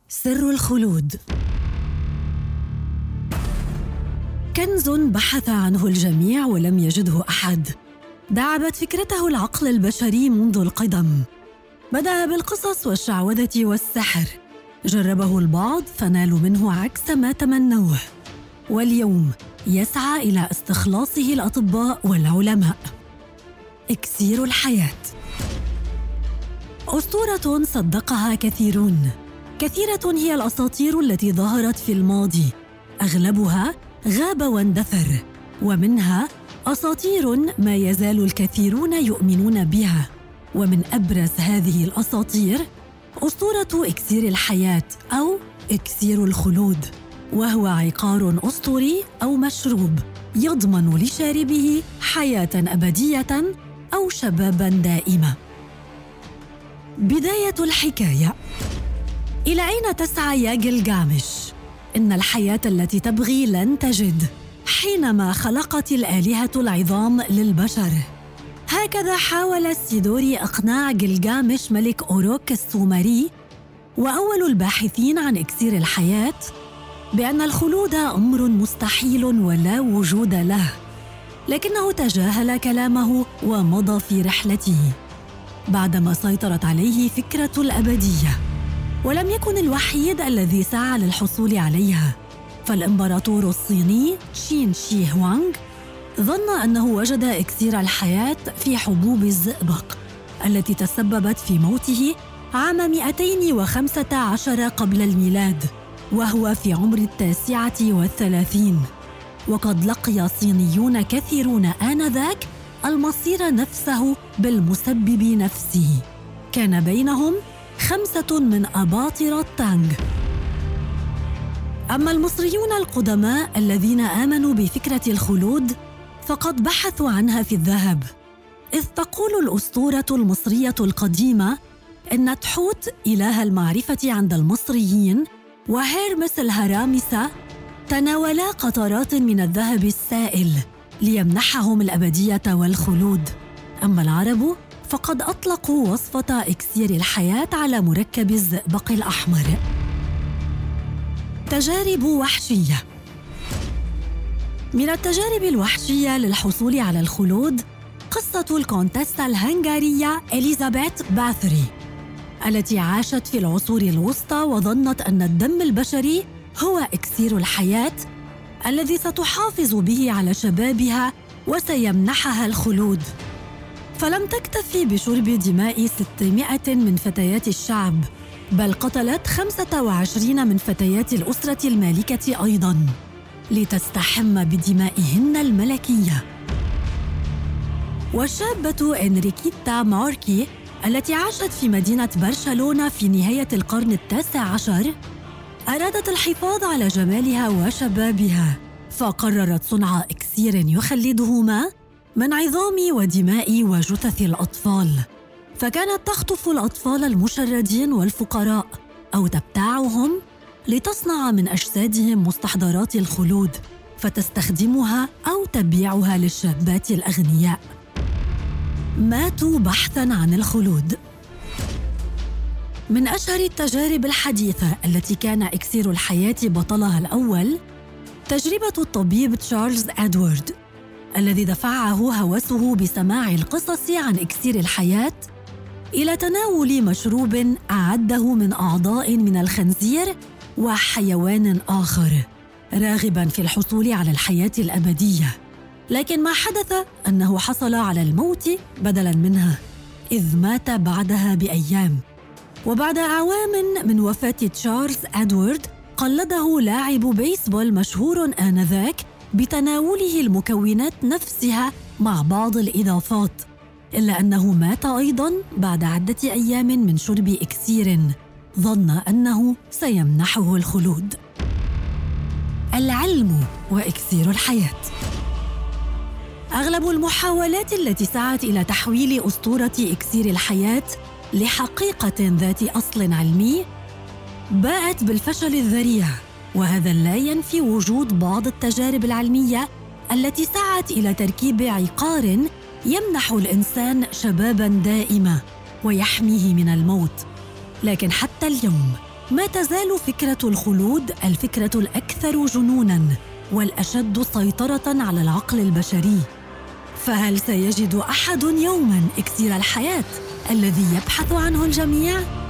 سر الخلود كنز بحث عنه الجميع ولم يجده أحد. دعبت فكرته العقل البشري منذ القدم. بدأ بالقصص والشعوذة والسحر، جربه البعض فنالوا منه عكس ما تمنوه، واليوم يسعى إلى استخلاصه الأطباء والعلماء. إكسير الحياة، أسطورة صدقها كثيرون. كثيرة هي الأساطير التي ظهرت في الماضي، أغلبها غاب واندثر، ومنها أساطير ما يزال الكثيرون يؤمنون بها. ومن أبرز هذه الأساطير أسطورة إكسير الحياة أو إكسير الخلود، وهو عقار أسطوري أو مشروب يضمن لشاربه حياة أبدية أو شباباً دائمة. بداية الحكاية. إلى أين تسعى يا جلجامش؟ إن الحياة التي تبغي لن تجد حينما خلقت الآلهة العظام للبشر. هكذا حاول سيدوري إقناع جلجامش ملك أوروك السومري وأول الباحثين عن إكسير الحياة بأن الخلود أمر مستحيل ولا وجود له، لكنه تجاهل كلامه ومضى في رحلته بعدما سيطرت عليه فكرة الأبدية، ولم يكن الوحيد الذي سعى للحصول عليها. فالإمبراطور الصيني شين شي هوانغ ظن أنه وجد إكسير الحياة في حبوب الزئبق التي تسببت في موته عام 215 قبل الميلاد، وهو في عمر 39. وقد لقي صينيون كثيرون آنذاك المصير نفسه بالمسبب نفسه. كان بينهم 5 من أباطرة تانغ. أما المصريون القدماء الذين آمنوا بفكرة الخلود فقد بحثوا عنها في الذهب، إذ تقول الأسطورة المصرية القديمة إن تحوت إله المعرفة عند المصريين وهيرمس الهرامسة تناولا قطرات من الذهب السائل ليمنحهم الأبدية والخلود. أما العرب فقد أطلقوا وصفة إكسير الحياة على مركب الزئبق الأحمر. تجارب وحشية. من التجارب الوحشية للحصول على الخلود قصة الكونتيستا الهنغارية إليزابيث باثوري التي عاشت في العصور الوسطى وظنت أن الدم البشري هو إكسير الحياة الذي ستحافظ به على شبابها وسيمنحها الخلود. فلم تكتفي بشرب دماء 600 من فتيات الشعب، بل قتلت 25 من فتيات الأسرة المالكة أيضاً لتستحم بدمائهن الملكية. والشابة إنريكيتا ماركي التي عاشت في مدينة برشلونة في نهاية القرن 19 أرادت الحفاظ على جمالها وشبابها، فقررت صنع إكسير يخلدهما من عظام ودماء وجثث الأطفال. فكانت تخطف الأطفال المشردين والفقراء أو تبتاعهم لتصنع من أجسادهم مستحضرات الخلود فتستخدمها أو تبيعها للشابات الأغنياء. ماتوا بحثاً عن الخلود. من أشهر التجارب الحديثة التي كان إكسير الحياة بطلها الأول تجربة الطبيب تشارلز إدوارد الذي دفعه هوسه بسماع القصص عن إكسير الحياة إلى تناول مشروب أعده من أعضاء من الخنزير وحيوان آخر، راغباً في الحصول على الحياة الأبدية. لكن ما حدث أنه حصل على الموت بدلاً منها، إذ مات بعدها بأيام. وبعد أعوام من وفاة تشارلز إدوارد قلده لاعب بيسبول مشهور آنذاك بتناوله المكونات نفسها مع بعض الإضافات، إلا أنه مات أيضاً بعد عدة أيام من شرب إكسير ظن أنه سيمنحه الخلود. العلم وإكسير الحياة. أغلب المحاولات التي سعت إلى تحويل أسطورة إكسير الحياة لحقيقة ذات أصل علمي باءت بالفشل الذريع، وهذا لا ينفي وجود بعض التجارب العلمية التي سعت إلى تركيب عقار يمنح الإنسان شباباً دائما ويحميه من الموت. لكن حتى اليوم ما تزال فكرة الخلود الفكرة الأكثر جنوناً والأشد سيطرة على العقل البشري. فهل سيجد أحد يوماً إكسير الحياة الذي يبحث عنه الجميع؟